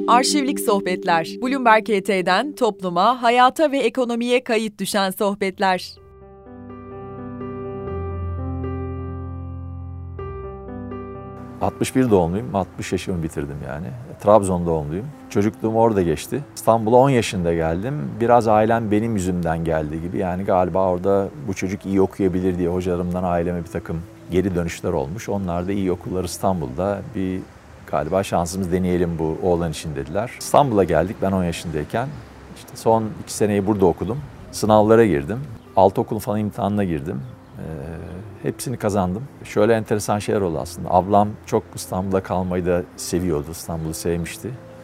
Arşivlik Sohbetler, Bloomberg ET'den topluma, hayata ve ekonomiye kayıt düşen sohbetler. ...61 doğumluyum, 60 yaşımı bitirdim yani. Trabzon doğumluyum. Çocukluğum orada geçti. İstanbul'a 10 yaşında geldim. Biraz ailem benim yüzümden geldi gibi. Yani galiba orada bu çocuk iyi okuyabilir diye hocalarımdan aileme bir takım geri dönüşler olmuş. Onlar da iyi okullar İstanbul'da bir galiba şansımız deneyelim bu oğlan için dediler. İstanbul'a geldik ben 10 yaşındayken. İşte son 2 seneyi burada okudum. Sınavlara girdim. 6 okulun falan imtihanına girdim. Hepsini kazandım. Şöyle enteresan şeyler oldu aslında. Ablam çok İstanbul'da kalmayı da seviyordu. İstanbul'u sevmişti.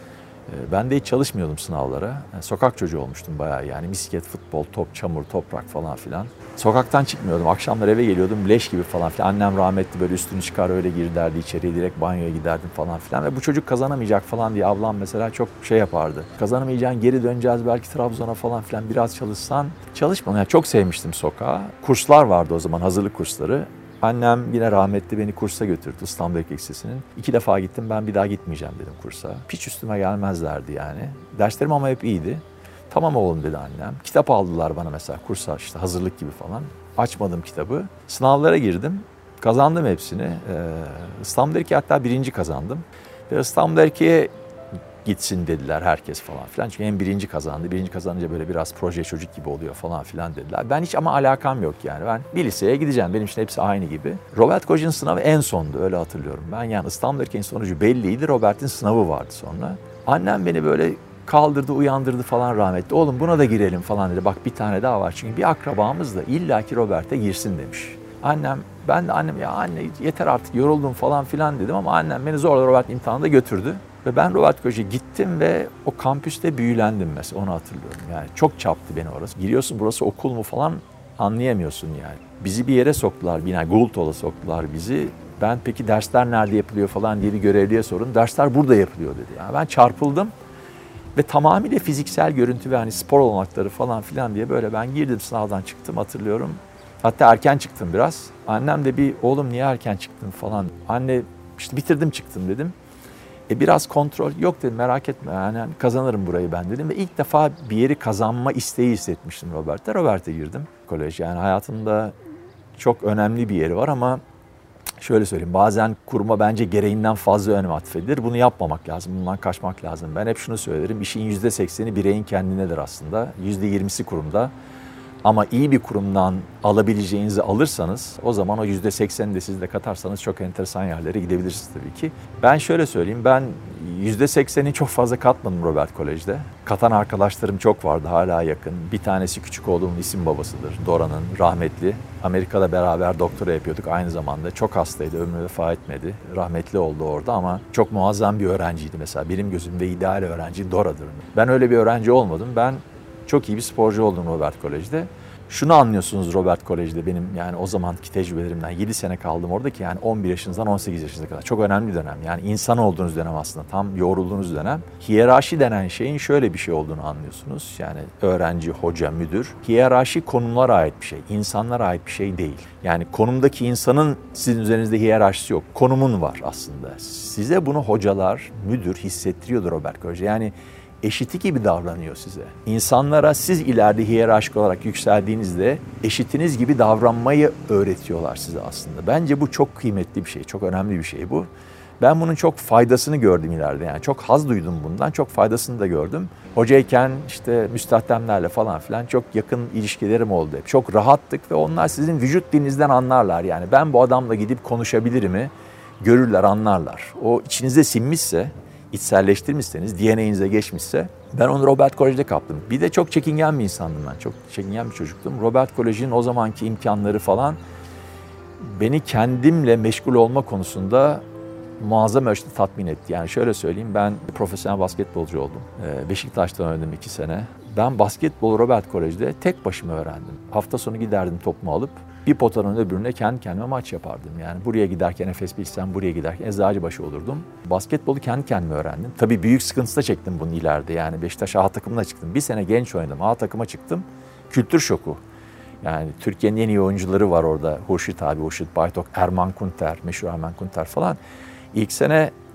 Ben de hiç çalışmıyordum sınavlara. Yani sokak çocuğu olmuştum bayağı yani. Bisiklet, futbol, top, çamur, toprak falan filan. Sokaktan çıkmıyordum. Akşamlar eve geliyordum leş gibi falan filan. Annem rahmetli böyle üstünü çıkar öyle gir derdi içeriye direkt banyoya giderdim falan filan. Ve bu çocuk kazanamayacak falan diye ablam mesela çok şey yapardı. Kazanamayacaksın geri döneceğiz belki Trabzon'a falan filan biraz çalışsan. Çalışmadım. Yani çok sevmiştim sokağı. Kurslar vardı o zaman hazırlık kursları. Annem yine rahmetli beni kursa götürdü İstanbul Erkek Lisesi'nin. 2 defa gittim ben bir daha gitmeyeceğim dedim kursa. Hiç üstüme gelmezlerdi yani. Derslerim ama hep iyiydi. Tamam oğlum dedi annem. Kitap aldılar bana mesela kursa işte hazırlık gibi falan. Açmadım kitabı. Sınavlara girdim. Kazandım hepsini. İstanbul Erkek'e hatta 1. kazandım. Ve İstanbul Erkek'e gitsin dediler herkes falan filan. Çünkü en 1. kazandı. 1. kazanınca böyle biraz proje çocuk gibi oluyor falan filan dediler. Ben hiç ama alakam yok yani. Ben bir liseye gideceğim. Benim için hepsi aynı gibi. Robert Koja'nın sınavı en sondu öyle hatırlıyorum. Ben yani İstanbul Erkek'in sonucu belliydi. Robert'in sınavı vardı sonra. Annem beni böyle kaldırdı, uyandırdı falan rahmetli. Oğlum buna da girelim falan dedi. Bak bir tane daha var. Çünkü bir akrabamız da illaki Robert'e girsin demiş. Ben de annem ya anne yeter artık yoruldum falan filan dedim ama annem beni zorla Robert imtihanında götürdü. Ve ben Robert Koja'ya gittim ve o kampüste büyülendim mesela onu hatırlıyorum. Yani çok çarptı beni orası. Giriyorsun burası okul mu falan anlayamıyorsun yani. Bizi bir yere soktular, yani Gulto'la soktular bizi. Ben peki dersler nerede yapılıyor falan diye bir görevliye sordum. Dersler burada yapılıyor dedi. Yani ben çarpıldım. Ve tamamıyla fiziksel görüntü ve hani spor olanakları falan filan diye böyle ben girdim sınavdan çıktım hatırlıyorum. Hatta erken çıktım biraz. Annem de bir oğlum niye erken çıktın falan. Anne işte bitirdim çıktım dedim. Biraz kontrol yok dedim merak etme yani kazanırım burayı ben dedim. Ve ilk defa bir yeri kazanma isteği hissetmiştim Robert'te. Robert'e girdim kolej yani hayatımda çok önemli bir yeri var ama şöyle söyleyeyim bazen kuruma bence gereğinden fazla önem atfedilir. Bunu yapmamak lazım, bundan kaçmak lazım. Ben hep şunu söylerim, işin %80'i bireyin kendinedir aslında. %20'si kurumda. Ama iyi bir kurumdan alabileceğinizi alırsanız o zaman o %80'i de siz de katarsanız çok enteresan yerlere gidebilirsiniz tabii ki. Ben şöyle söyleyeyim, ben %80'i çok fazla katmadım Robert Kolej'de. Katan arkadaşlarım çok vardı, hala yakın. Bir tanesi küçük oğlumun isim babasıdır, Dora'nın rahmetli. Amerika'da beraber doktora yapıyorduk aynı zamanda. Çok hastaydı, ömrü vefa etmedi. Rahmetli oldu orada ama çok muazzam bir öğrenciydi mesela. Benim gözümde ideal öğrenci Dora'dır. Ben öyle bir öğrenci olmadım. Ben çok iyi bir sporcu oldum Robert Kolej'de. Şunu anlıyorsunuz Robert Kolej'de benim yani o zamanki tecrübelerimden 7 sene kaldım orada ki yani 11 yaşınızdan 18 yaşınıza kadar. Çok önemli bir dönem. Yani insan olduğunuz dönem aslında. Tam yoğrulduğunuz dönem. Hiyerarşi denen şeyin şöyle bir şey olduğunu anlıyorsunuz. Yani öğrenci, hoca, müdür. Hiyerarşi konumlara ait bir şey. İnsanlara ait bir şey değil. Yani konumdaki insanın sizin üzerinizde hiyerarşisi yok. Konumun var aslında. Size bunu hocalar, müdür hissettiriyordu Robert Kolej. Yani eşiti gibi davranıyor size. İnsanlara siz ileride hiyerarşik olarak yükseldiğinizde eşitiniz gibi davranmayı öğretiyorlar size aslında. Bence bu çok kıymetli bir şey, çok önemli bir şey bu. Ben bunun çok faydasını gördüm ileride yani. Çok haz duydum bundan, çok faydasını da gördüm. Hocayken işte müstahdemlerle falan filan çok yakın ilişkilerim oldu hep. Çok rahattık ve onlar sizin vücut dilinizden anlarlar yani. Ben bu adamla gidip konuşabilirim görürler, anlarlar. O içinize sinmişse, içselleştirmişseniz, DNA'nize geçmişse ben onu Robert Kolej'de kaptım. Bir de çok çekingen bir insandım ben. Çok çekingen bir çocuktum. Robert Kolej'in o zamanki imkanları falan beni kendimle meşgul olma konusunda muazzam ölçüde tatmin etti. Yani şöyle söyleyeyim ben profesyonel basketbolcu oldum. Beşiktaş'ta oynadım 2 sene. Ben basketbolu Robert Kolej'de tek başıma öğrendim. Hafta sonu giderdim topumu alıp bir potanın öbürüne kendi kendime maç yapardım. Yani buraya giderken Efes Pilsen, buraya giderken Eczacıbaşı olurdum. Basketbolu kendi kendime öğrendim. Tabii büyük sıkıntısı da çektim bunu ileride. Yani Beşiktaş A takımına çıktım. Bir sene genç oynadım. A takıma çıktım. Kültür şoku. Yani Türkiye'nin en iyi oyuncuları var orada. Hurşit abi, Hurşit Baytok, Erman Kunter, meşhur Erman Kunter falan. İlk sene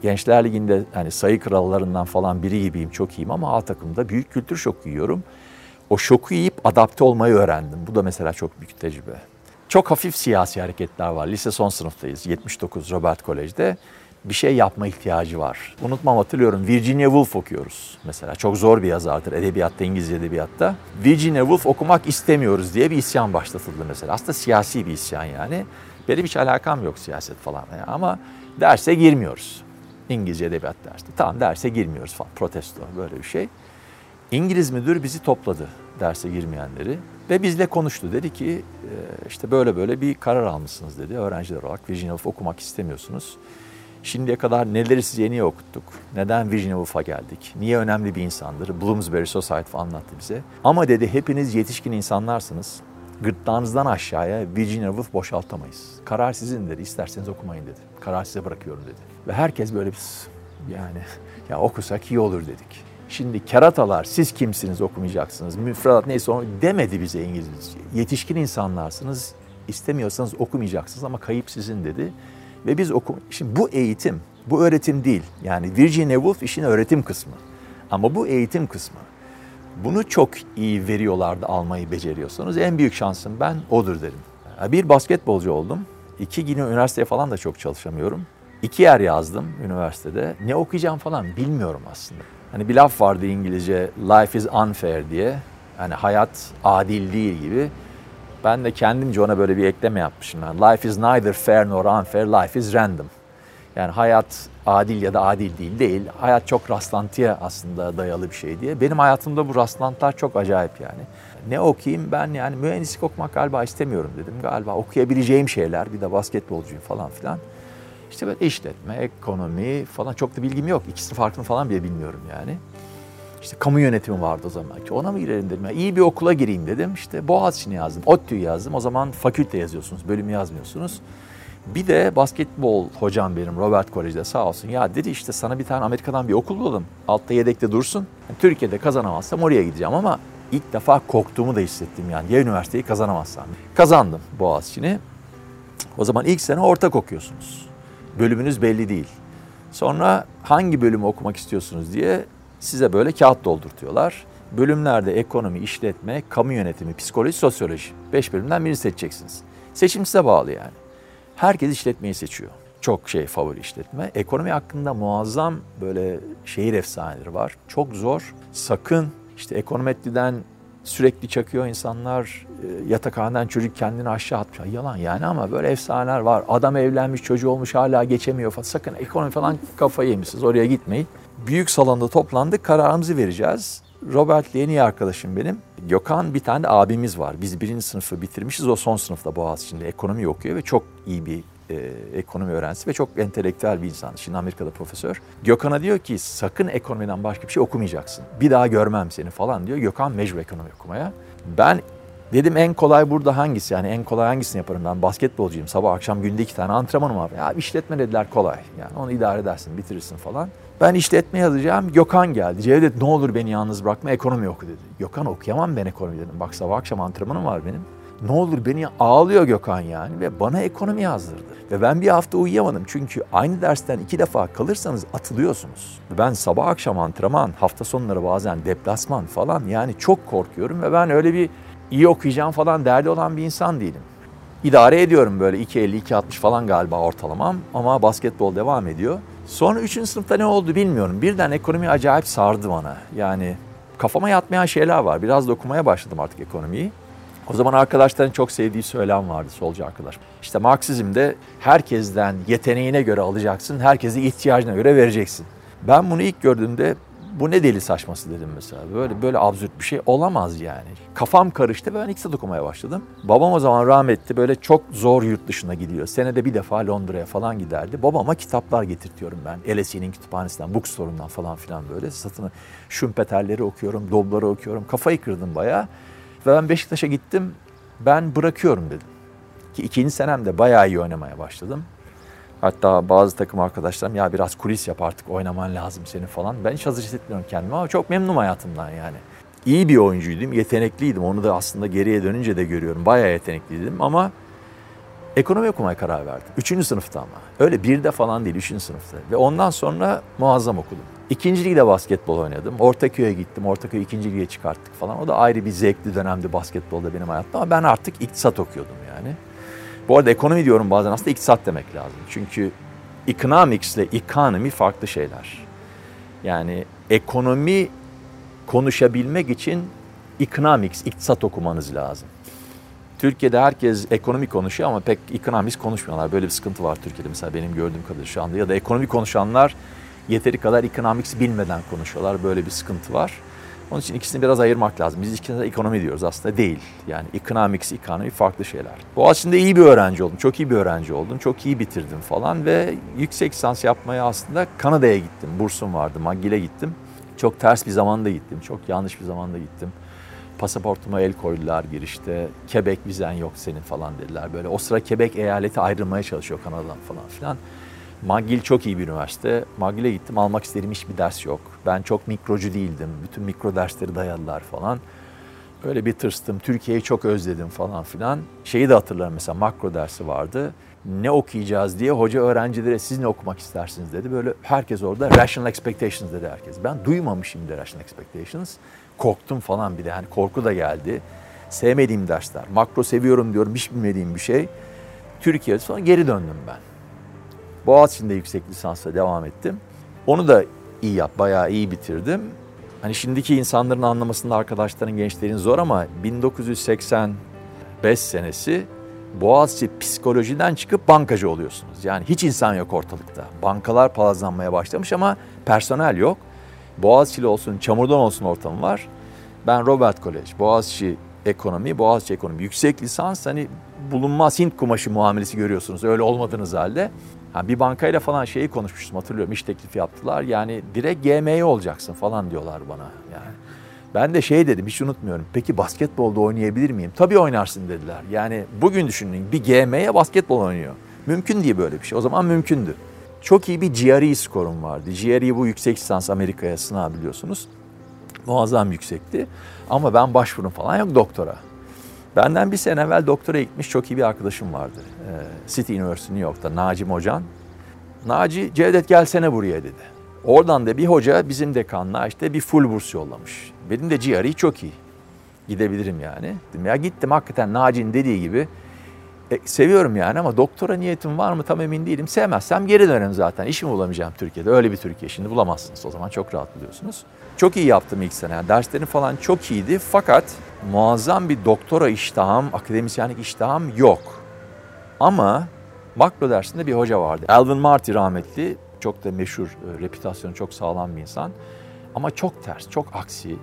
Gençler Ligi'nde hani sayı krallarından falan biri gibiyim, çok iyiyim ama A takımda büyük kültür şoku yiyorum. O şoku yiyip adapte olmayı öğrendim. Bu da mesela çok büyük tecrübe. Çok hafif siyasi hareketler var. Lise son sınıftayız. 79 Robert Kolej'de. Bir şey yapma ihtiyacı var. Unutmam, hatırlıyorum. Virginia Woolf okuyoruz mesela. Çok zor bir yazardır edebiyatta, İngiliz edebiyatta. Virginia Woolf okumak istemiyoruz diye bir isyan başlatıldı mesela. Aslında siyasi bir isyan yani. Benim hiç alakam yok siyaset falan. Ama derse girmiyoruz. İngilizce edebiyat dersi. Tamam, derse girmiyoruz falan. Protesto, böyle bir şey. İngiliz müdür bizi topladı, derse girmeyenleri. Ve bizle konuştu. Dedi ki işte böyle bir karar almışsınız dedi. Öğrenciler olarak Virginia Woolf okumak istemiyorsunuz. Şimdiye kadar neleri size niye okuttuk? Neden Virginia Woolf'a geldik? Niye önemli bir insandır? Bloomsbury Society anlattı bize. Ama dedi, hepiniz yetişkin insanlarsınız. Gırtlağınızdan aşağıya Virginia Woolf boşaltamayız. Karar sizin dedi. İsterseniz okumayın dedi. Karar size bırakıyorum dedi. Ve herkes böyle bir yani ya okusak iyi olur dedik. Şimdi keratalar, siz kimsiniz okumayacaksınız, müfredat neyse onu demedi bize İngilizce. Yetişkin insanlarsınız, istemiyorsanız okumayacaksınız ama kayıp sizin dedi. Ve biz Şimdi bu eğitim, bu öğretim değil. Yani Virginia Woolf işin öğretim kısmı. Ama bu eğitim kısmı. Bunu çok iyi veriyorlardı, almayı beceriyorsanız en büyük şansım ben odur derim. Bir basketbolcu oldum. 2 yine üniversiteye falan da çok çalışamıyorum. 2 yer yazdım üniversitede. Ne okuyacağım falan bilmiyorum aslında. Hani bir laf vardı İngilizce, life is unfair diye. Yani hayat adil değil gibi. Ben de kendimce ona böyle bir ekleme yapmışım. Yani life is neither fair nor unfair, life is random. Yani hayat adil ya da adil değil. Hayat çok rastlantıya aslında dayalı bir şey diye. Benim hayatımda bu rastlantılar çok acayip yani. Ne okuyayım ben, yani mühendislik okumak galiba istemiyorum dedim. Galiba okuyabileceğim şeyler, bir de basketbolcuyum falan filan. İşte böyle işletme, ekonomi falan, çok da bilgim yok. İkisinin farkını falan bile bilmiyorum yani. İşte kamu yönetimi vardı o zaman ki, ona mı girelim dedim. Yani iyi bir okula gireyim dedim. İşte Boğaziçi'ni yazdım, ODTÜ'yü yazdım. O zaman fakülte yazıyorsunuz, bölümü yazmıyorsunuz. Bir de basketbol hocam benim Robert Kolej'de sağ olsun. Ya dedi, işte sana bir tane Amerika'dan bir okul bulalım. Altta yedekte dursun. Yani Türkiye'de kazanamazsam oraya gideceğim ama ilk defa korktuğumu da hissettim yani. Ya üniversiteyi kazanamazsam. Kazandım Boğaziçi'ni. O zaman ilk sene ortak okuyorsunuz. Bölümünüz belli değil. Sonra hangi bölümü okumak istiyorsunuz diye size böyle kağıt doldurtuyorlar. Bölümlerde ekonomi, işletme, kamu yönetimi, psikoloji, sosyoloji. 5 bölümden birini seçeceksiniz. Seçim size bağlı yani. Herkes işletmeyi seçiyor. Çok favori işletme. Ekonomi hakkında muazzam böyle şehir efsaneleri var. Çok zor. Sakın işte ekonometriden sürekli çakıyor insanlar. Yatakhaneden çocuk kendini aşağı atmış. Yalan yani, ama böyle efsaneler var. Adam evlenmiş, çocuğu olmuş, hala geçemiyor falan. Sakın ekonomi falan kafayı yemişsiniz. Oraya gitmeyin. Büyük salonda toplandık. Kararımızı vereceğiz. Robert'le en iyi arkadaşım benim. Gökhan, bir tane de abimiz var. Biz 1. sınıfı bitirmişiz. O son sınıfta Boğaziçi'nde ekonomi okuyor ve çok iyi bir ekonomi öğrencisi ve çok entelektüel bir insan. Şimdi Amerika'da profesör. Gökhan'a diyor ki sakın ekonomiden başka bir şey okumayacaksın. Bir daha görmem seni falan diyor. Gökhan mecbur ekonomi okumaya. Ben dedim en kolay burada hangisi? Yani en kolay hangisini yaparım? Ben basketbolcuyum. Sabah akşam günde 2 tane antrenmanım var. Ya işletme dediler kolay. Yani onu idare edersin, bitirirsin falan. Ben işletme yazacağım. Gökhan geldi. Cevdet, ne olur beni yalnız bırakma, ekonomi oku dedi. Gökhan, okuyamam ben ekonomi dedim. Bak sabah akşam antrenmanım var benim. Ne olur beni, ağlıyor Gökhan yani, ve bana ekonomi yazdırdı. Ve ben bir hafta uyuyamadım çünkü aynı dersten 2 defa kalırsanız atılıyorsunuz. Ben sabah akşam antrenman, hafta sonları bazen deplasman falan, yani çok korkuyorum ve ben öyle bir iyi okuyacağım falan derdi olan bir insan değilim. İdare ediyorum böyle 2.50-2.60 falan galiba ortalamam, ama basketbol devam ediyor. Sonra 3. sınıfta ne oldu bilmiyorum. Birden ekonomi acayip sardı bana. Yani kafama yatmayan şeyler var. Biraz da okumaya başladım artık ekonomiyi. O zaman arkadaşların çok sevdiği söylem vardı, solcu arkadaş. İşte Marksizm'de herkesten yeteneğine göre alacaksın, herkese ihtiyacına göre vereceksin. Ben bunu ilk gördüğümde bu ne deli saçması dedim mesela. Böyle absürt bir şey olamaz yani. Kafam karıştı ve ben iktisat okumaya başladım. Babam o zaman rahmetli, böyle çok zor yurt dışına gidiyor. Senede bir defa Londra'ya falan giderdi. Babama kitaplar getirtiyorum ben. LSE'nin kütüphanesinden, bookstore'undan falan filan böyle. Satını, Schumpeter'leri okuyorum, Dobbler'ı okuyorum. Kafayı kırdım bayağı. Ve ben Beşiktaş'a gittim. Ben bırakıyorum dedim. Ki 2. senemde bayağı iyi oynamaya başladım. Hatta bazı takım arkadaşlarım, ya biraz kulis yap artık, oynaman lazım senin falan. Ben hiç hazır hissetmiyorum kendimi ama çok memnunum hayatımdan yani. İyi bir oyuncuydum, yetenekliydim. Onu da aslında geriye dönünce de görüyorum. Bayağı yetenekliydim ama Ekonomi okumaya karar verdim. 3. sınıfta ama. Öyle 1'de falan değil, 3. sınıfta. Ve ondan sonra muazzam okudum. 2. ligde basketbol oynadım. Ortaköy'e gittim. Ortaköy 2. lige çıkarttık falan. O da ayrı bir zevkli dönemdi basketbolda benim hayatımda. Ama ben artık iktisat okuyordum yani. Bu arada ekonomi diyorum bazen, aslında iktisat demek lazım. Çünkü economics ile economy farklı şeyler. Yani ekonomi konuşabilmek için economics, iktisat okumanız lazım. Türkiye'de herkes ekonomi konuşuyor ama pek economics konuşmuyorlar. Böyle bir sıkıntı var Türkiye'de mesela benim gördüğüm kadarıyla şu anda. Ya da ekonomi konuşanlar yeteri kadar economics bilmeden konuşuyorlar. Böyle bir sıkıntı var. Onun için ikisini biraz ayırmak lazım. Biz ikisine de ekonomi diyoruz, aslında değil. Yani economics, economy farklı şeyler. Boğaziçi'nde iyi bir öğrenci oldum. Çok iyi bir öğrenci oldum. Çok iyi bitirdim falan ve yüksek lisans yapmaya aslında Kanada'ya gittim. Bursum vardı. McGill'e gittim. Çok ters bir zamanda gittim. Çok yanlış bir zamanda gittim. Pasaportuma el koydular girişte. Quebec vizen yok senin falan dediler. Böyle o sıra Quebec eyaleti ayrılmaya çalışıyor Kanada'dan falan filan. McGill çok iyi bir üniversite. McGill'e gittim, almak istediğim hiçbir ders yok. Ben çok mikrocu değildim. Bütün mikro dersleri dayadılar falan. Öyle bir tırstım. Türkiye'yi çok özledim falan filan. Şeyi de hatırlarım, mesela makro dersi vardı. Ne okuyacağız diye hoca öğrencilere siz ne okumak istersiniz dedi. Böyle herkes orada rational expectations dedi herkes. Ben duymamışım de rational expectations. Korktum falan bir de. Hani korku da geldi. Sevmediğim dersler. Makro seviyorum diyorum, hiç bilmediğim bir şey. Türkiye'ye sonra geri döndüm ben. Boğaziçi'nde yüksek lisansla devam ettim. Onu da bayağı iyi bitirdim. Hani şimdiki insanların anlamasında arkadaşların, gençlerin zor ama 1985 senesi Boğaziçi psikolojiden çıkıp bankacı oluyorsunuz. Yani hiç insan yok ortalıkta. Bankalar palazlanmaya başlamış ama personel yok. Boğaziçi'li olsun, çamurdan olsun ortamı var. Ben Robert College, Boğaziçi Ekonomi, yüksek lisans, hani bulunmaz Hint kumaşı muamelesi görüyorsunuz öyle olmadığınız halde. Bir bankayla falan şeyi konuşmuştum, hatırlıyorum, iş teklifi yaptılar. Yani direkt GM'ye olacaksın falan diyorlar bana yani. Ben de şey dedim, hiç unutmuyorum. Peki basketbolda oynayabilir miyim? Tabii oynarsın dediler. Yani bugün düşünün, bir GM'ye basketbol oynuyor. Mümkün değil böyle bir şey. O zaman mümkündü. Çok iyi bir GRE skorum vardı. GRE bu yüksek lisans Amerika'ya sınav biliyorsunuz. Muazzam yüksekti. Ama ben başvurum falan yok doktora. Benden bir sene evvel doktora gitmiş çok iyi bir arkadaşım vardı. City University New York'ta Naci Mocan. Naci, Cevdet gelsene buraya dedi. Oradan da bir hoca bizim dekanlığa işte bir full burs yollamış. Benim de GRE çok iyi. Gidebilirim yani. Dedim ya gittim, hakikaten Naci'nin dediği gibi. Seviyorum yani ama doktora niyetim var mı tam emin değilim. Sevmezsem geri dönerim zaten. İşimi bulamayacağım Türkiye'de. Öyle bir Türkiye şimdi bulamazsınız o zaman, çok rahat buluyorsunuz. Çok iyi yaptım ilk sene. Yani derslerim falan çok iyiydi fakat muazzam bir doktora iştahım, akademisyenlik iştahım yok. Ama makro dersinde bir hoca vardı. Alvin Marty rahmetli. Çok da meşhur, reputasyonu çok sağlam bir insan. Ama çok ters, çok aksi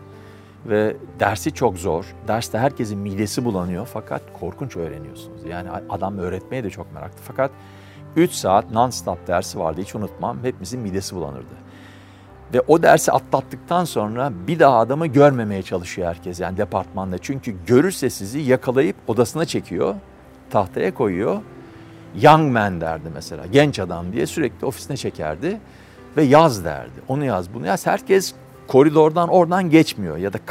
ve dersi çok zor. Derste herkesin midesi bulanıyor fakat korkunç öğreniyorsunuz. Yani adam öğretmeye de çok meraklı. Fakat 3 saat non-stop dersi vardı, hiç unutmam. Hepimizin midesi bulanırdı. Ve o dersi atlattıktan sonra bir daha adamı görmemeye çalışıyor herkes yani departmanda. Çünkü görürse sizi yakalayıp odasına çekiyor, tahtaya koyuyor. Young man derdi mesela, genç adam diye sürekli ofisine çekerdi ve yaz derdi. Onu yaz, bunu yaz. Herkes koridordan oradan geçmiyor ya da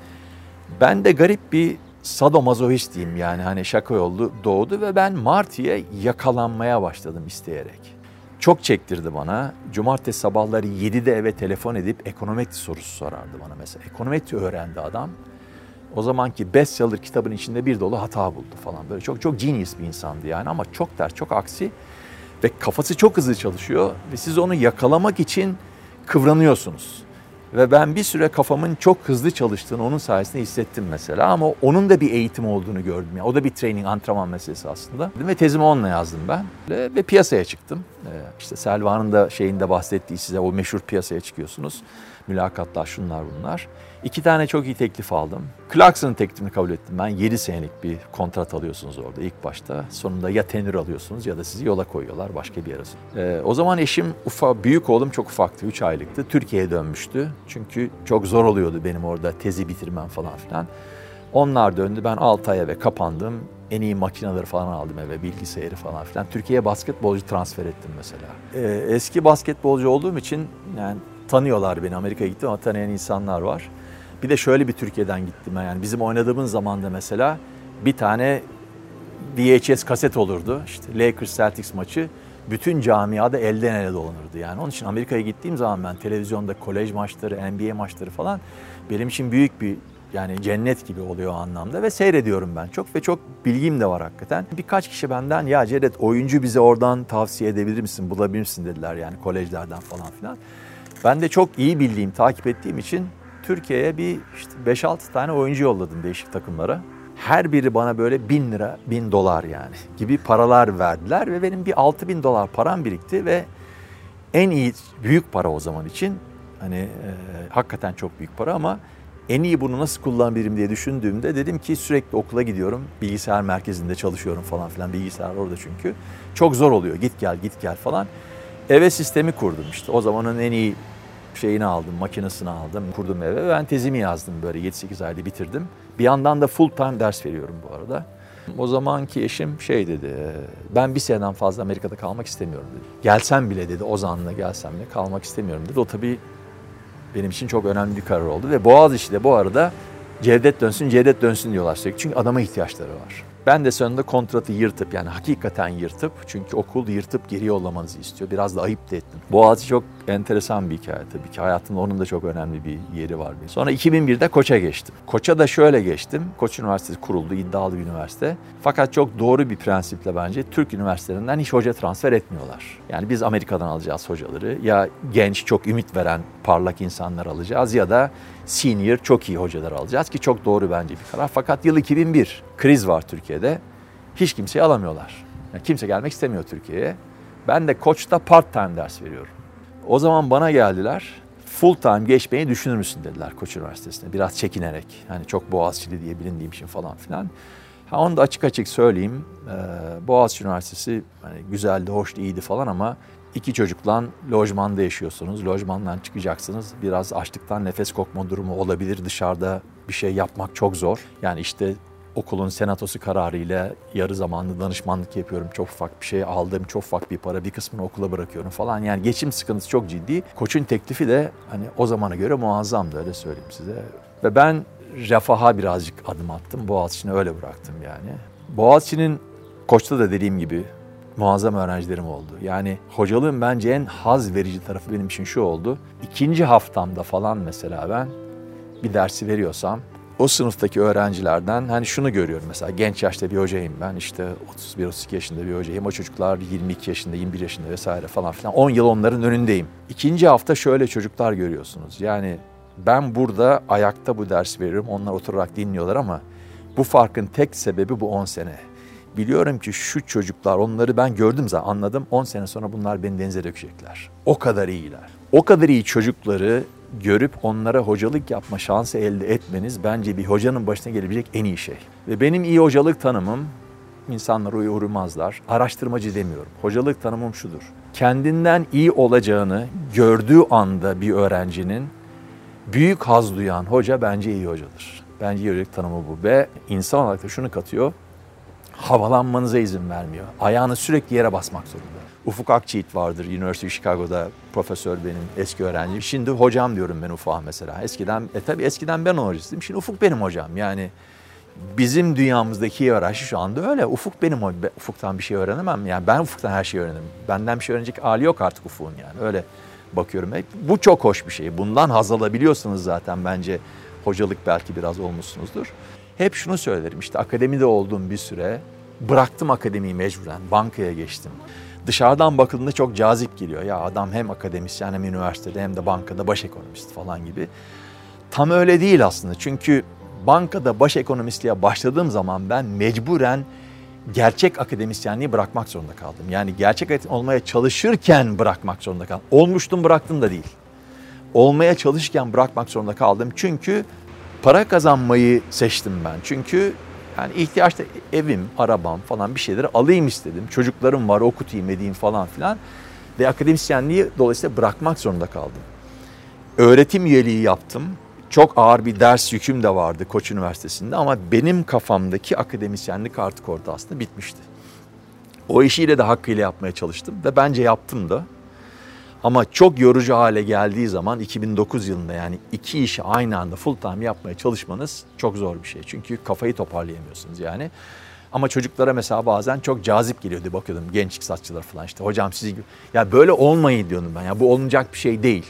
Ben de garip bir sadomazohist diyeyim yani, hani şaka yolu doğdu ve ben Marty'ye yakalanmaya başladım isteyerek. Çok çektirdi bana. Cumartesi sabahları 7'de eve telefon edip ekonometri sorusu sorardı bana mesela. Ekonometri öğrendi adam. O zamanki bestseller kitabın içinde bir dolu hata buldu falan. Böyle çok çok genius bir insandı yani ama çok ters, çok aksi ve kafası çok hızlı çalışıyor ve siz onu yakalamak için kıvranıyorsunuz. Ve ben bir süre kafamın çok hızlı çalıştığını onun sayesinde hissettim mesela ama onun da bir eğitim olduğunu gördüm. Yani o da bir training, antrenman meselesi aslında. Ve tezimi onunla yazdım ben ve piyasaya çıktım. İşte Selvan'ın da şeyinde bahsettiği, size o meşhur piyasaya çıkıyorsunuz. Mülakatlar, şunlar bunlar. 2 tane çok iyi teklif aldım. Clarkson'ın teklifini kabul ettim ben. 7 senelik bir kontrat alıyorsunuz orada ilk başta. Sonunda ya tenür alıyorsunuz ya da sizi yola koyuyorlar başka bir yere. O zaman eşim, büyük oğlum çok ufaktı, 3 aylıktı. Türkiye'ye dönmüştü. Çünkü çok zor oluyordu benim orada tezi bitirmem falan filan. Onlar döndü, ben 6 ay eve kapandım. En iyi makineleri falan aldım eve, bilgisayarı falan filan. Türkiye'ye basketbolcu transfer ettim mesela. Eski basketbolcu olduğum için yani tanıyorlar beni. Amerika'ya gittim ama tanıyan insanlar var. Bir de şöyle bir Türkiye'den gittim yani bizim oynadığımız zamanda mesela bir tane VHS kaset olurdu. İşte Lakers Celtics maçı bütün camiada elden ele dolanırdı. Yani onun için Amerika'ya gittiğim zaman ben televizyonda kolej maçları, NBA maçları falan benim için büyük bir yani cennet gibi oluyor o anlamda ve seyrediyorum ben çok ve çok bilgim de var hakikaten. Birkaç kişi benden ya Cevdet oyuncu bize oradan tavsiye edebilir misin, bulabilir misin dediler yani kolejlerden falan filan. Ben de çok iyi bildiğim, takip ettiğim için Türkiye'ye bir işte 5-6 tane oyuncu yolladım değişik takımlara. Her biri bana böyle $1.000, $1.000 yani gibi paralar verdiler ve benim bir $6.000 param birikti ve en iyi büyük para o zaman için hani hakikaten çok büyük para ama en iyi bunu nasıl kullanabilirim diye düşündüğümde dedim ki sürekli okula gidiyorum. Bilgisayar merkezinde çalışıyorum falan filan. Bilgisayar orada çünkü. Çok zor oluyor. Git gel falan. Eve sistemi kurdum işte. O zamanın en iyi şeyini aldım, makinesini aldım. Kurdum eve. Ben tezimi yazdım böyle 7-8 ayda bitirdim. Bir yandan da full time ders veriyorum bu arada. O zamanki eşim şey dedi, ben bir seneden fazla Amerika'da kalmak istemiyorum dedi. Gelsem bile dedi, Ozan'la gelsem bile kalmak istemiyorum dedi. O tabii benim için çok önemli bir karar oldu ve Boğaziçi de bu arada Cevdet dönsün diyorlar sürekli. Çünkü adama ihtiyaçları var. Ben de sonunda kontratı yırtıp yani hakikaten yırtıp çünkü okul yırtıp geri yollamanızı istiyor. Biraz da ayıp da ettim. Boğaziçi çok enteresan bir hikaye tabii ki. Hayatımda onun da çok önemli bir yeri var. Sonra 2001'de Koç'a geçtim. Koç'a da şöyle geçtim. Koç Üniversitesi kuruldu, iddialı bir üniversite. Fakat çok doğru bir prensiple bence Türk üniversitelerinden hiç hoca transfer etmiyorlar. Yani biz Amerika'dan alacağız hocaları. Ya genç, çok ümit veren parlak insanlar alacağız ya da senior, çok iyi hocalar alacağız ki çok doğru bence bir karar. Fakat yıl 2001, kriz var Türkiye'de. Hiç kimseyi alamıyorlar. Yani kimse gelmek istemiyor Türkiye'ye. Ben de Koç'ta part-time ders veriyorum. O zaman bana geldiler, full-time geçmeyi düşünür müsün dediler Koç Üniversitesi'ne. Biraz çekinerek, hani çok Boğaziçi'li diye bilindiğim için falan filan. Onu da açık söyleyeyim, Boğaziçi Üniversitesi hani güzeldi, hoştu, iyiydi falan ama 2 çocukla lojmanda yaşıyorsunuz. Lojmandan çıkacaksınız. Biraz açlıktan nefes kokma durumu olabilir. Dışarıda bir şey yapmak çok zor. Yani işte okulun senatosu kararıyla yarı zamanlı danışmanlık yapıyorum. Çok ufak bir şey aldım. Çok ufak bir para. Bir kısmını okula bırakıyorum falan. Yani geçim sıkıntısı çok ciddi. Koç'un teklifi de hani o zamana göre muazzamdı öyle söyleyeyim size. Ve ben refaha birazcık adım attım. Boğaziçi'ni öyle bıraktım yani. Boğaziçi'nin Koç'ta da dediğim gibi muazzam öğrencilerim oldu. Yani hocalığın bence en haz verici tarafı benim için şu oldu. 2. haftamda falan mesela ben bir dersi veriyorsam o sınıftaki öğrencilerden hani şunu görüyorum mesela genç yaşta bir hocayım ben işte 31-32 yaşında bir hocayım. O çocuklar 22 yaşında, 21 yaşında vesaire falan filan 10 yıl onların önündeyim. 2. hafta şöyle çocuklar görüyorsunuz. Yani ben burada ayakta bu ders veriyorum. Onlar oturarak dinliyorlar ama bu farkın tek sebebi bu 10 sene. Biliyorum ki şu çocuklar onları ben gördüm zaten anladım. 10 sene sonra bunlar beni denize dökecekler. O kadar iyiler. O kadar iyi çocukları görüp onlara hocalık yapma şansı elde etmeniz bence bir hocanın başına gelebilecek en iyi şey. Ve benim iyi hocalık tanımım, insanlar uymazlar, araştırmacı demiyorum. Hocalık tanımım şudur. Kendinden iyi olacağını gördüğü anda bir öğrencinin büyük haz duyan hoca bence iyi hocadır. Bence iyi hocalık tanımı bu ve insan olarak da şunu katıyor. Havalanmanıza izin vermiyor. Ayağını sürekli yere basmak zorunda. Ufuk Akçiğit vardır University of Chicago'da profesör benim eski öğrencim. Şimdi hocam diyorum ben Ufuk'a mesela. Tabii eskiden ben hocasıydım. Şimdi Ufuk benim hocam. Yani bizim dünyamızdaki öğrenci şu anda öyle. Ufuk benim hocam. Ufuk'tan bir şey öğrenemem. Yani ben Ufuk'tan her şeyi öğrenirim. Benden bir şey öğrenecek hali yok artık Ufuk'un yani. Öyle bakıyorum. Bu çok hoş bir şey. Bundan haz alabiliyorsunuz zaten bence. Hocalık belki biraz olmuşsunuzdur. Hep şunu söylerim işte akademide olduğum bir süre bıraktım akademiyi mecburen bankaya geçtim. Dışarıdan bakıldığında çok cazip geliyor. Ya adam hem akademisyen hem üniversitede hem de bankada baş ekonomist falan gibi. Tam öyle değil aslında çünkü bankada baş ekonomistliğe başladığım zaman ben mecburen gerçek akademisyenliği bırakmak zorunda kaldım. Yani gerçek akademisyen olmaya çalışırken bırakmak zorunda kaldım. Olmuştum bıraktım da değil. Olmaya çalışırken bırakmak zorunda kaldım çünkü para kazanmayı seçtim ben. Çünkü yani ihtiyaçta evim, arabam falan bir şeyleri alayım istedim. Çocuklarım var, okutayım, edeyim falan filan. Ve akademisyenliği dolayısıyla bırakmak zorunda kaldım. Öğretim üyeliği yaptım. Çok ağır bir ders yüküm de vardı Koç Üniversitesi'nde ama benim kafamdaki akademisyenlik artık orada aslında bitmişti. O işiyle de hakkıyla yapmaya çalıştım ve bence yaptım da. Ama çok yorucu hale geldiği zaman 2009 yılında yani 2 işi aynı anda full time yapmaya çalışmanız çok zor bir şey. Çünkü kafayı toparlayamıyorsunuz yani. Ama çocuklara mesela bazen çok cazip geliyordu, bakıyordum genç iktisatçılar falan işte hocam siz gibi. Ya böyle olmayın diyordum ben, ya bu olunacak bir şey değil.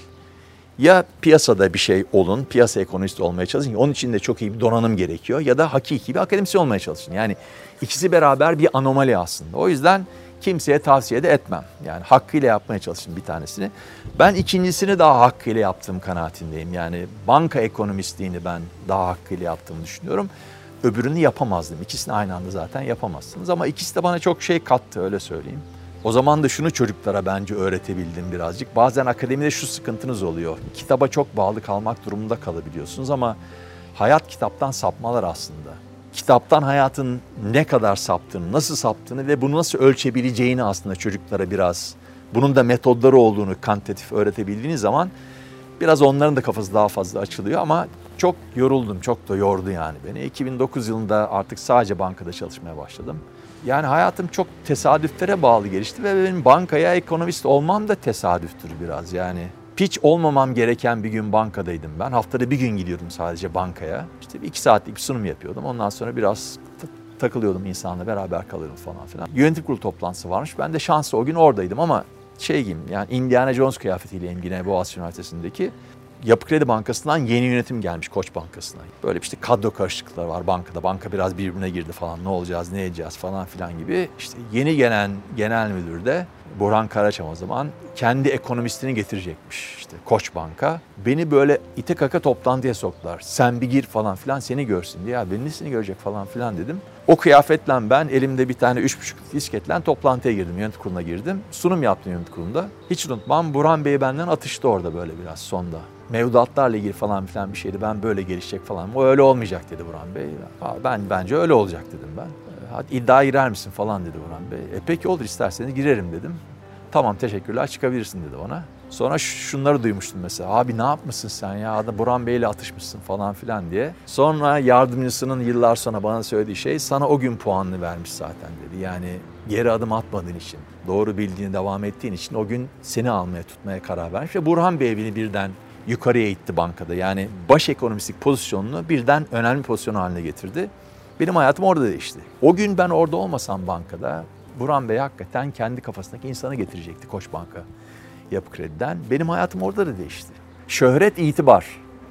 Ya piyasada bir şey olun, piyasa ekonomisti olmaya çalışın. Onun için de çok iyi bir donanım gerekiyor. Ya da hakiki bir akademisyen olmaya çalışın. Yani ikisi beraber bir anomali aslında. O yüzden kimseye tavsiye de etmem. Yani hakkıyla yapmaya çalışın bir tanesini. Ben ikincisini daha hakkıyla yaptığım kanaatindeyim. Yani banka ekonomistliğini ben daha hakkıyla yaptığımı düşünüyorum. Öbürünü yapamazdım. İkisini aynı anda zaten yapamazsınız. Ama ikisi de bana çok şey kattı, öyle söyleyeyim. O zaman da şunu çocuklara bence öğretebildim birazcık. Bazen akademide şu sıkıntınız oluyor. Kitaba çok bağlı kalmak durumunda kalabiliyorsunuz ama hayat kitaptan sapmalar aslında. Kitaptan hayatın ne kadar saptığını, nasıl saptığını ve bunu nasıl ölçebileceğini aslında çocuklara biraz, bunun da metodları olduğunu kantitatif öğretebildiğiniz zaman biraz onların da kafası daha fazla açılıyor ama çok yoruldum, çok da yordu yani beni. 2009 yılında artık sadece bankada çalışmaya başladım. Yani hayatım çok tesadüflere bağlı gelişti ve benim bankaya ekonomist olmam da tesadüftür biraz yani. Hiç olmamam gereken bir gün bankadaydım ben. Haftada bir gün gidiyordum sadece bankaya. İşte 2 saatlik bir sunum yapıyordum. Ondan sonra biraz takılıyordum insanla beraber kalıyordum falan filan. Yönetim kurulu toplantısı varmış. Ben de şanslı o gün oradaydım ama gibi yani Indiana Jones kıyafetiyle yine Boğaziçi Üniversitesi'ndeki Yapı Kredi Bankası'ndan yeni yönetim gelmiş Koç Bankası'na. Böyle işte kadro karışıklıkları var bankada. Banka biraz birbirine girdi falan. Ne olacağız, ne edeceğiz falan filan gibi. İşte yeni gelen genel müdür de Burhan Karaçam o zaman kendi ekonomistini getirecekmiş işte Koç Banka. Beni böyle ite kaka toplantıya soktular. Sen bir gir falan filan seni görsün diye. Ya beni nesini görecek falan filan dedim. O kıyafetle ben elimde bir tane 3,5 disketle toplantıya girdim. Yönetim kuruluna girdim. Sunum yaptım yönetim kurulunda. Hiç unutmam Burhan Bey benden atıştı orada böyle biraz sonda. Mevduatlarla ilgili falan filan bir şeydi. Ben böyle gelişecek falan. O öyle olmayacak dedi Burhan Bey. Ben bence öyle olacak dedim ben. Hadi iddiaya girer misin falan dedi Burhan Bey. Peki olur isterseniz girerim dedim. Tamam teşekkürler çıkabilirsin dedi bana. Sonra şunları duymuştum mesela. Abi ne yapmışsın sen ya? Burhan Bey'le atışmışsın falan filan diye. Sonra yardımcısının yıllar sonra bana söylediği şey sana o gün puanını vermiş zaten dedi. Yani geri adım atmadığın için, doğru bildiğini devam ettiğin için o gün seni almaya tutmaya karar vermiş. Ve Burhan Bey beni birden yukarıya itti bankada. Yani baş ekonomistik pozisyonunu birden önemli pozisyon haline getirdi. Benim hayatım orada değişti. O gün ben orada olmasam bankada Burhan Bey hakikaten kendi kafasındaki insanı getirecekti Koç Banka Yapı Kredi'den. Benim hayatım orada da değişti. Şöhret, itibar.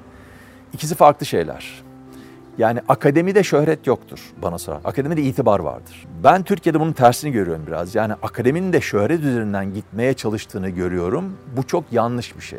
İkisi farklı şeyler. Yani akademide şöhret yoktur bana sorar. Akademide itibar vardır. Ben Türkiye'de bunun tersini görüyorum biraz. Yani akademinin de şöhret üzerinden gitmeye çalıştığını görüyorum. Bu çok yanlış bir şey.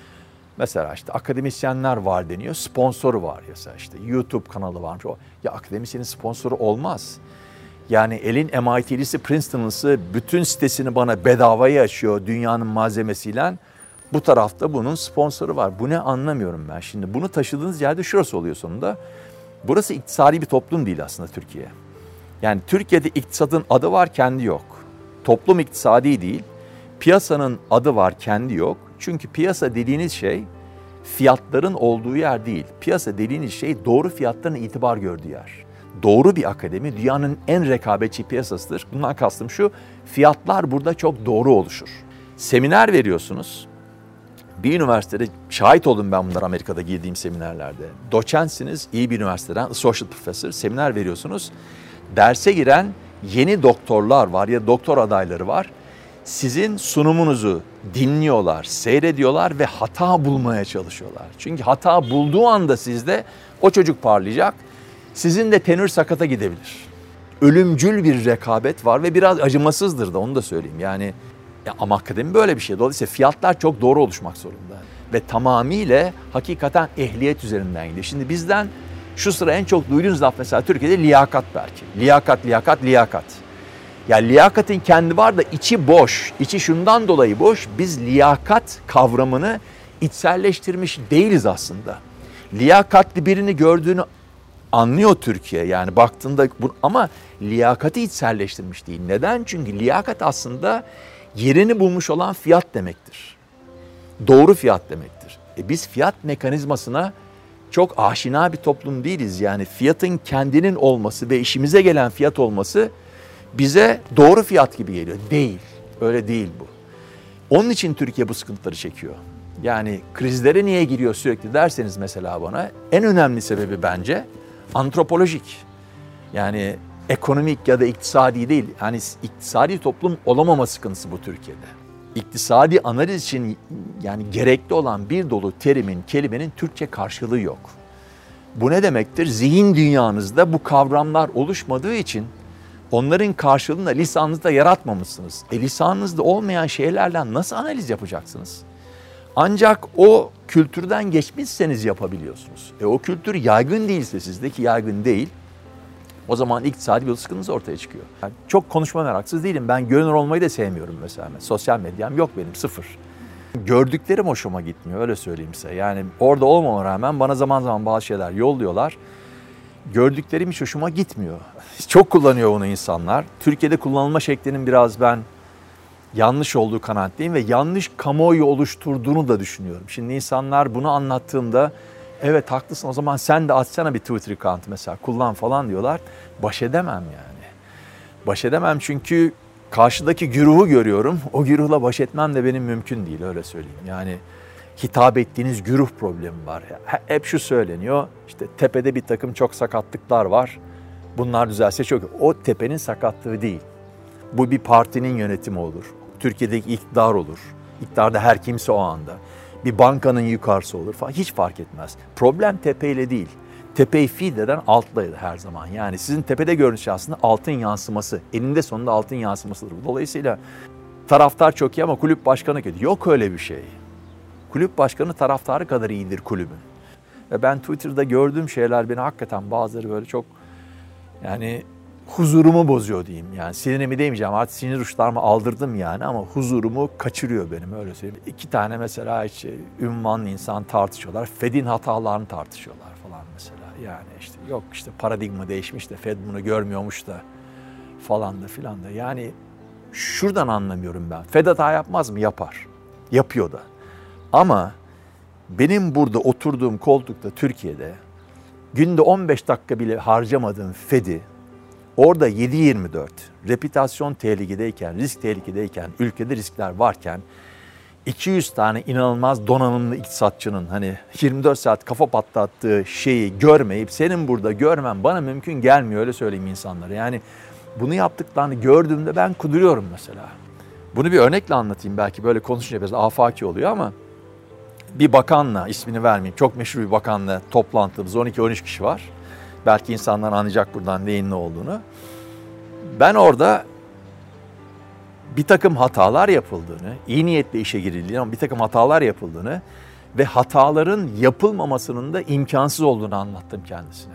Mesela işte akademisyenler var deniyor, sponsoru var ya işte YouTube kanalı varmış. Ya akademisyenin sponsoru olmaz. Yani elin MIT'lisi, Princeton'lısı bütün sitesini bana bedavaya açıyor dünyanın malzemesiyle. Bu tarafta bunun sponsoru var. Bu ne anlamıyorum ben. Şimdi bunu taşıdığınız yerde şurası oluyor sonunda. Burası iktisadi bir toplum değil aslında Türkiye. Yani Türkiye'de iktisadın adı var, kendi yok. Toplum iktisadi değil. Piyasanın adı var, kendi yok. Çünkü piyasa dediğiniz şey fiyatların olduğu yer değil. Piyasa dediğiniz şey doğru fiyatların itibar gördüğü yer. Doğru bir akademi dünyanın en rekabetçi piyasasıdır. Bundan kastım şu, fiyatlar burada çok doğru oluşur. Seminer veriyorsunuz. Bir üniversitede, şahit oldum ben bunlar Amerika'da girdiğim seminerlerde. Doçentsiniz, iyi bir üniversiteden, associate professor, seminer veriyorsunuz. Derse giren yeni doktorlar var ya doktor adayları var. Sizin sunumunuzu dinliyorlar, seyrediyorlar ve hata bulmaya çalışıyorlar. Çünkü hata bulduğu anda sizde o çocuk parlayacak. Sizin de tenür sakata gidebilir. Ölümcül bir rekabet var ve biraz acımasızdır da onu da söyleyeyim. Yani ama akademi böyle bir şey. Dolayısıyla fiyatlar çok doğru oluşmak zorunda. Ve tamamıyla hakikaten ehliyet üzerinden gidiyor. Şimdi bizden şu sıra en çok duyduğunuz laf mesela Türkiye'de liyakat belki. Liyakat, liyakat, liyakat. Ya liyakatın kendi var da içi boş. İçi şundan dolayı boş. Biz liyakat kavramını içselleştirmiş değiliz aslında. Liyakatli birini gördüğünü anlıyor Türkiye yani baktığında ama liyakati içselleştirmiş değil. Neden? Çünkü liyakat aslında yerini bulmuş olan fiyat demektir. Doğru fiyat demektir. Biz fiyat mekanizmasına çok aşina bir toplum değiliz. Yani fiyatın kendinin olması ve işimize gelen fiyat olması bize doğru fiyat gibi geliyor. Değil. Öyle değil bu. Onun için Türkiye bu sıkıntıları çekiyor. Yani krizlere niye giriyor sürekli derseniz mesela bana en önemli sebebi bence antropolojik. Yani ekonomik ya da iktisadi değil. Yani iktisadi toplum olamama sıkıntısı bu Türkiye'de. İktisadi analiz için yani gerekli olan bir dolu terimin, kelimenin Türkçe karşılığı yok. Bu ne demektir? Zihin dünyanızda bu kavramlar oluşmadığı için onların karşılığını lisanınızda yaratmamışsınız. Lisanınızda olmayan şeylerden nasıl analiz yapacaksınız? Ancak o kültürden geçmişseniz yapabiliyorsunuz. O kültür yaygın değilse, sizdeki yaygın değil, o zaman iktisadi bir sıkıntınız ortaya çıkıyor. Yani çok konuşma meraksız değilim. Ben görünür olmayı da sevmiyorum mesela. Sosyal medyam yok benim, sıfır. Gördüklerim hoşuma gitmiyor, öyle söyleyeyim size. Yani orada olmama rağmen bana zaman zaman bazı şeyler yolluyorlar. Gördüklerim hiç hoşuma gitmiyor. Çok kullanıyor bunu insanlar. Türkiye'de kullanılma şeklinin biraz ben yanlış olduğu kanaatteyim ve yanlış kamuoyu oluşturduğunu da düşünüyorum. Şimdi insanlar bunu anlattığımda evet haklısın, o zaman sen de açsana bir Twitter account mesela, kullan falan diyorlar. Baş edemem yani. Baş edemem çünkü karşıdaki güruhu görüyorum. O güruhla baş etmem de benim mümkün değil, öyle söyleyeyim. Yani hitap ettiğiniz güruh problemi var. Hep şu söyleniyor, işte tepede bir takım çok sakatlıklar var. Bunlar düzelse çok. O tepenin sakatlığı değil. Bu bir partinin yönetimi olur. Türkiye'deki iktidar olur. İktidarda her kimse o anda. Bir bankanın yukarısı olur falan. Hiç fark etmez. Problem tepeyle değil. Tepeyi feed eden altlaydı her zaman. Yani sizin tepede gördüğünüz şey aslında altın yansıması. Eninde sonunda altın yansımasıdır. Dolayısıyla taraftar çok iyi ama kulüp başkanı kötü. Yok öyle bir şey. Kulüp başkanı taraftarı kadar iyidir kulübün. Ve ben Twitter'da gördüğüm şeyler beni hakikaten bazıları böyle çok yani huzurumu bozuyor diyeyim. Yani sinirimi demeyeceğim, artık sinir uçlarımı aldırdım yani, ama huzurumu kaçırıyor benim, öyle söyleyeyim. 2 tane mesela işte ünvanlı insan tartışıyorlar. Fed'in hatalarını tartışıyorlar falan mesela. Yani işte yok işte paradigma değişmiş de Fed bunu görmüyormuş da falan da filan da. Yani şuradan anlamıyorum ben. Fed hata yapmaz mı? Yapar. Yapıyor da. Ama benim burada oturduğum koltukta Türkiye'de günde 15 dakika bile harcamadığım Fed'i orada 7/24 reputasyon tehlikedeyken, risk tehlikedeyken, ülkede riskler varken 200 tane inanılmaz donanımlı iktisatçının hani 24 saat kafa patlattığı şeyi görmeyip senin burada görmen bana mümkün gelmiyor, öyle söyleyeyim insanlara. Yani bunu yaptıklarını gördüğümde ben kuduruyorum mesela. Bunu bir örnekle anlatayım, belki böyle konuşunca biraz afaki oluyor ama bir bakanla, ismini vermeyeyim, çok meşhur bir bakanla toplantımız, 12-13 kişi var. Belki insanlar anlayacak buradan neyin ne olduğunu. Ben orada bir takım hatalar yapıldığını, iyi niyetle işe girildiğini ama bir takım hatalar yapıldığını ve hataların yapılmamasının da imkansız olduğunu anlattım kendisine.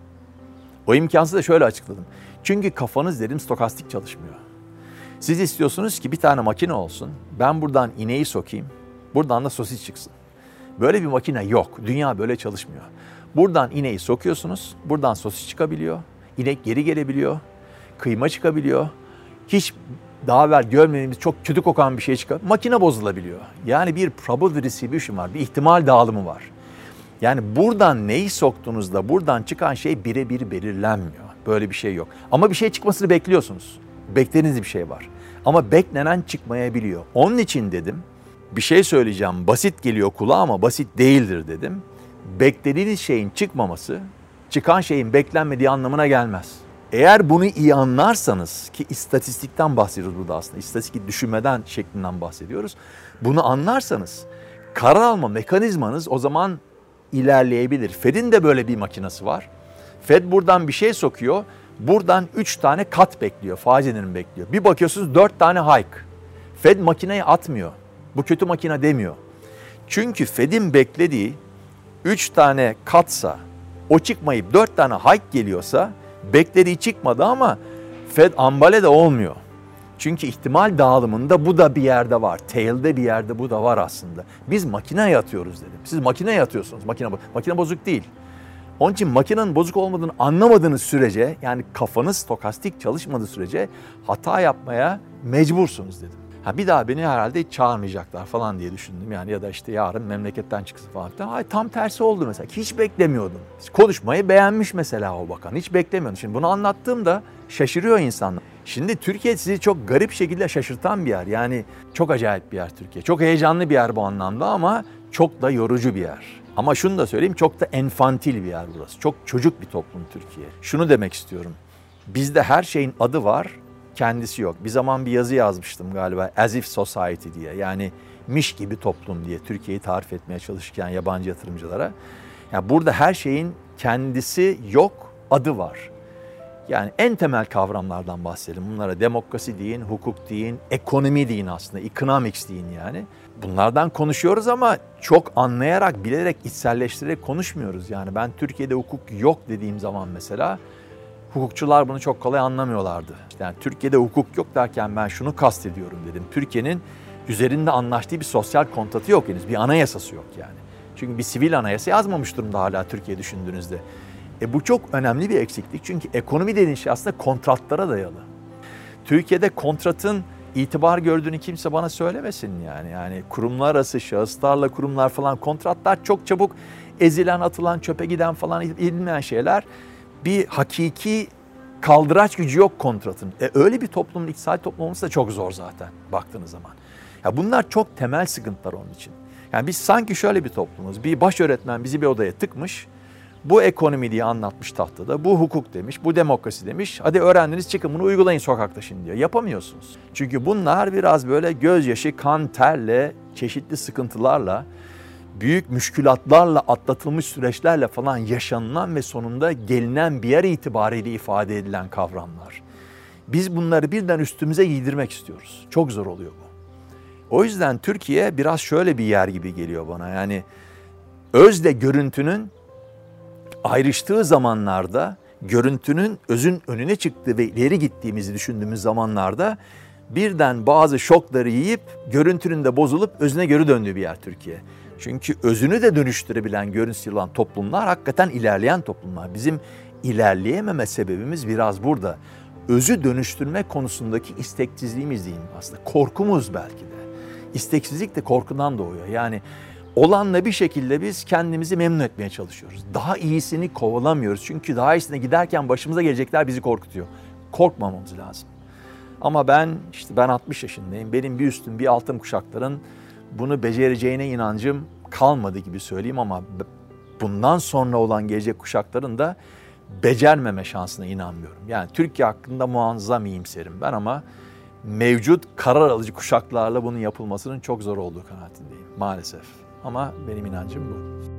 O imkansızı da şöyle açıkladım. Çünkü kafanız dedim stokastik çalışmıyor. Siz istiyorsunuz ki bir tane makine olsun, ben buradan ineği sokayım, buradan da sosis çıksın. Böyle bir makine yok, dünya böyle çalışmıyor. Buradan ineği sokuyorsunuz, buradan sosis çıkabiliyor, inek geri gelebiliyor, kıyma çıkabiliyor. Hiç daha evvel görmediğimiz çok kötü kokan bir şey çıkıyor, makine bozulabiliyor. Yani bir probability distribution var, bir ihtimal dağılımı var. Yani buradan neyi soktuğunuzda buradan çıkan şey birebir belirlenmiyor. Böyle bir şey yok. Ama bir şey çıkmasını bekliyorsunuz. Beklediğiniz bir şey var. Ama beklenen çıkmayabiliyor. Onun için dedim, bir şey söyleyeceğim, basit geliyor kulağa ama basit değildir dedim. Beklediğiniz şeyin çıkmaması, çıkan şeyin beklenmediği anlamına gelmez. Eğer bunu iyi anlarsanız, ki istatistikten bahsediyoruz burada aslında, istatistik düşünmeden şeklinden bahsediyoruz. Bunu anlarsanız karar alma mekanizmanız o zaman ilerleyebilir. Fed'in de böyle bir makinesi var. Fed buradan bir şey sokuyor, buradan 3 tane kat bekliyor, faiz indirim bekliyor. Bir bakıyorsunuz 4 tane hike. Fed makineyi atmıyor. Bu kötü makine demiyor. Çünkü Fed'in beklediği 3 tane katsa, o çıkmayıp 4 tane hike geliyorsa, beklediği çıkmadı ama Fed ambale de olmuyor. Çünkü ihtimal dağılımında bu da bir yerde var. Tail'de bir yerde bu da var aslında. Biz makineye atıyoruz dedim. Siz makineye atıyorsunuz. Makine bozuk değil. Onun için makinenin bozuk olmadığını anlamadığınız sürece, yani kafanız stokastik çalışmadığı sürece hata yapmaya mecbursunuz dedim. Bir daha beni herhalde hiç çağırmayacaklar falan diye düşündüm. Yani ya da işte yarın memleketten çıksın falan. Ay, tam tersi oldu mesela. Hiç beklemiyordum. Konuşmayı beğenmiş mesela o bakan. Hiç beklemiyordum. Şimdi bunu anlattığımda şaşırıyor insanlar. Şimdi Türkiye sizi çok garip şekilde şaşırtan bir yer. Yani çok acayip bir yer Türkiye. Çok heyecanlı bir yer bu anlamda ama çok da yorucu bir yer. Ama şunu da söyleyeyim, çok da enfantil bir yer burası. Çok çocuk bir toplum Türkiye. Şunu demek istiyorum. Bizde her şeyin adı var, kendisi yok. Bir zaman bir yazı yazmıştım galiba, as if society diye. Yani miş gibi toplum diye Türkiye'yi tarif etmeye çalışırken yabancı yatırımcılara. Yani burada her şeyin kendisi yok, adı var. Yani en temel kavramlardan bahsedelim. Bunlara demokrasi deyin, hukuk deyin, ekonomi deyin aslında, economics deyin yani. Bunlardan konuşuyoruz ama çok anlayarak, bilerek, içselleştirerek konuşmuyoruz. Yani ben Türkiye'de hukuk yok dediğim zaman mesela hukukçular bunu çok kolay anlamıyorlardı. Yani Türkiye'de hukuk yok derken ben şunu kastediyorum dedim. Türkiye'nin üzerinde anlaştığı bir sosyal kontratı yok henüz, bir anayasası yok yani. Çünkü bir sivil anayasa yazmamış durumda hala Türkiye düşündüğünüzde. Bu çok önemli bir eksiklik çünkü ekonomi dediğin şey aslında kontratlara dayalı. Türkiye'de kontratın itibar gördüğünü kimse bana söylemesin yani. Yani kurumlar arası, şahıslarla kurumlar falan, kontratlar çok çabuk ezilen, atılan, çöpe giden falan edilmeyen şeyler. Bir hakiki kaldıraç gücü yok kontratın. Öyle bir toplumun, iktisadi toplum olması da çok zor zaten baktığınız zaman. Ya bunlar çok temel sıkıntılar onun için. Yani biz sanki şöyle bir toplumuz. Bir baş öğretmen bizi bir odaya tıkmış. Bu ekonomi diye anlatmış tahtada. Bu hukuk demiş, bu demokrasi demiş. Hadi öğrendiniz, çıkın bunu uygulayın sokakta şimdi diyor. Yapamıyorsunuz. Çünkü bunlar biraz böyle gözyaşı, kan, terle, çeşitli sıkıntılarla, büyük müşkülatlarla, atlatılmış süreçlerle falan yaşanılan ve sonunda gelinen bir yer itibariyle ifade edilen kavramlar. Biz bunları birden üstümüze giydirmek istiyoruz. Çok zor oluyor bu. O yüzden Türkiye biraz şöyle bir yer gibi geliyor bana. Yani özle görüntünün ayrıştığı zamanlarda, görüntünün özün önüne çıktığı ve ileri gittiğimizi düşündüğümüz zamanlarda birden bazı şokları yiyip görüntünün de bozulup özüne geri döndüğü bir yer Türkiye. Çünkü özünü de dönüştürebilen, görüntüsü olan toplumlar hakikaten ilerleyen toplumlar. Bizim ilerleyememe sebebimiz biraz burada. Özü dönüştürme konusundaki isteksizliğimiz diyeyim aslında. Korkumuz belki de. İsteksizlik de korkudan doğuyor. Yani olanla bir şekilde biz kendimizi memnun etmeye çalışıyoruz. Daha iyisini kovalamıyoruz. Çünkü daha iyisine giderken başımıza gelecekler bizi korkutuyor. Korkmamamız lazım. Ama ben 60 yaşındayım. Benim bir üstüm, bir altım kuşakların bunu becereceğine inancım kalmadı gibi söyleyeyim ama bundan sonra olan gelecek kuşakların da becermeme şansına inanmıyorum. Yani Türkiye hakkında muazzam iyimserim ben ama mevcut karar alıcı kuşaklarla bunun yapılmasının çok zor olduğu kanaatindeyim maalesef. Ama benim inancım bu.